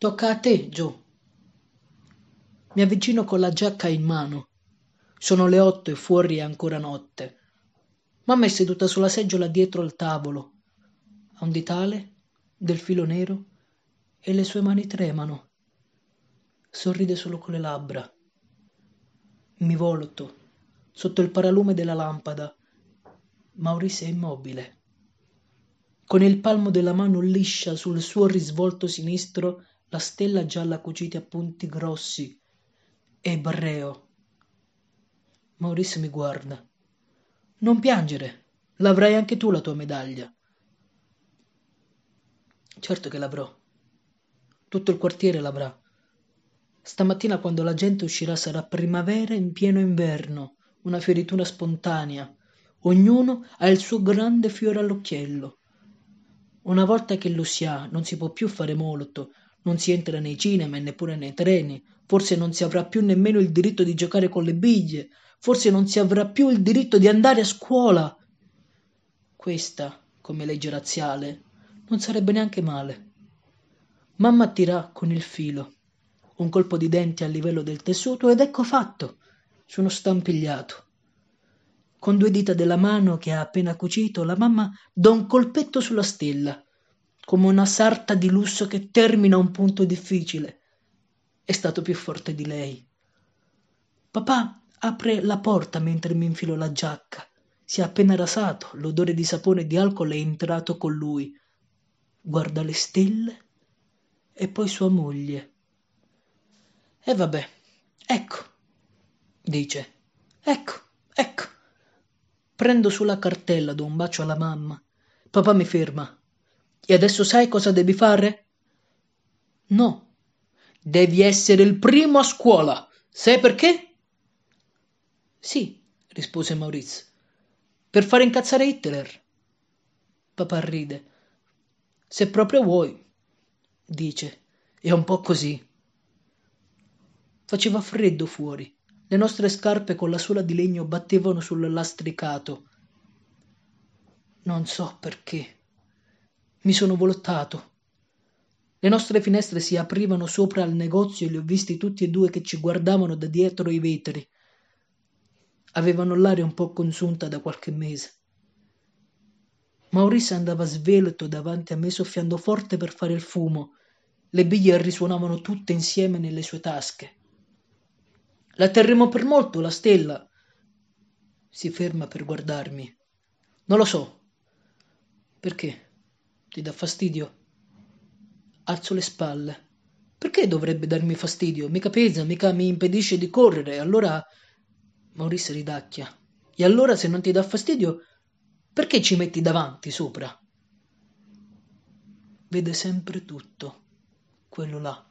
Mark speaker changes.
Speaker 1: Tocca a te, Joe. Mi avvicino con la giacca in mano. Sono le 8 e fuori è ancora notte. Mamma è seduta sulla seggiola dietro al tavolo. Ha un ditale, del filo nero, e le sue mani tremano. Sorride solo con le labbra. Mi volto sotto il paralume della lampada. Maurice è immobile. Con il palmo della mano liscia sul suo risvolto sinistro la stella gialla cucita a punti grossi. È ebreo. Maurice mi guarda. Non piangere, l'avrai anche tu la tua medaglia. Certo che l'avrò. Tutto il quartiere l'avrà. Stamattina quando la gente uscirà sarà primavera in pieno inverno, una fioritura spontanea. Ognuno ha il suo grande fiore all'occhiello. Una volta che lo si ha, non si può più fare molto, non si entra nei cinema e neppure nei treni, forse non si avrà più nemmeno il diritto di giocare con le biglie, forse non si avrà più il diritto di andare a scuola. Questa, come legge razziale, non sarebbe neanche male. Mamma tirà con il filo. Un colpo di denti a livello del tessuto ed ecco fatto. Sono stampigliato. Con due dita della mano che ha appena cucito, la mamma dà un colpetto sulla stella, come una sarta di lusso che termina un punto difficile. È stato più forte di lei. Papà apre la porta mentre mi infilo la giacca. Si è appena rasato, l'odore di sapone e di alcol è entrato con lui. Guarda le stelle e poi sua moglie. E vabbè, ecco, dice. Ecco, ecco. Prendo sulla cartella, do un bacio alla mamma. Papà mi ferma. E adesso sai cosa devi fare? No. Devi essere il primo a scuola. Sai perché? Sì, rispose Maurice. Per fare incazzare Hitler. Papà ride. Se proprio vuoi, dice. È un po' così. Faceva freddo fuori. Le nostre scarpe con la suola di legno battevano sul lastricato. Non so perché. Mi sono voltato. Le nostre finestre si aprivano sopra al negozio e li ho visti tutti e due che ci guardavano da dietro i vetri. Avevano l'aria un po' consunta da qualche mese. Maurice andava svelto davanti a me soffiando forte per fare il fumo. Le biglie risuonavano tutte insieme nelle sue tasche. La terremo per molto, la stella. Si ferma per guardarmi. Non lo so. Perché? Ti dà fastidio? Alzo le spalle. Perché dovrebbe darmi fastidio? Mica pesa, mica mi impedisce di correre. Allora Maurice ridacchia. E allora se non ti dà fastidio, perché ci metti davanti sopra? Vede sempre tutto, quello là.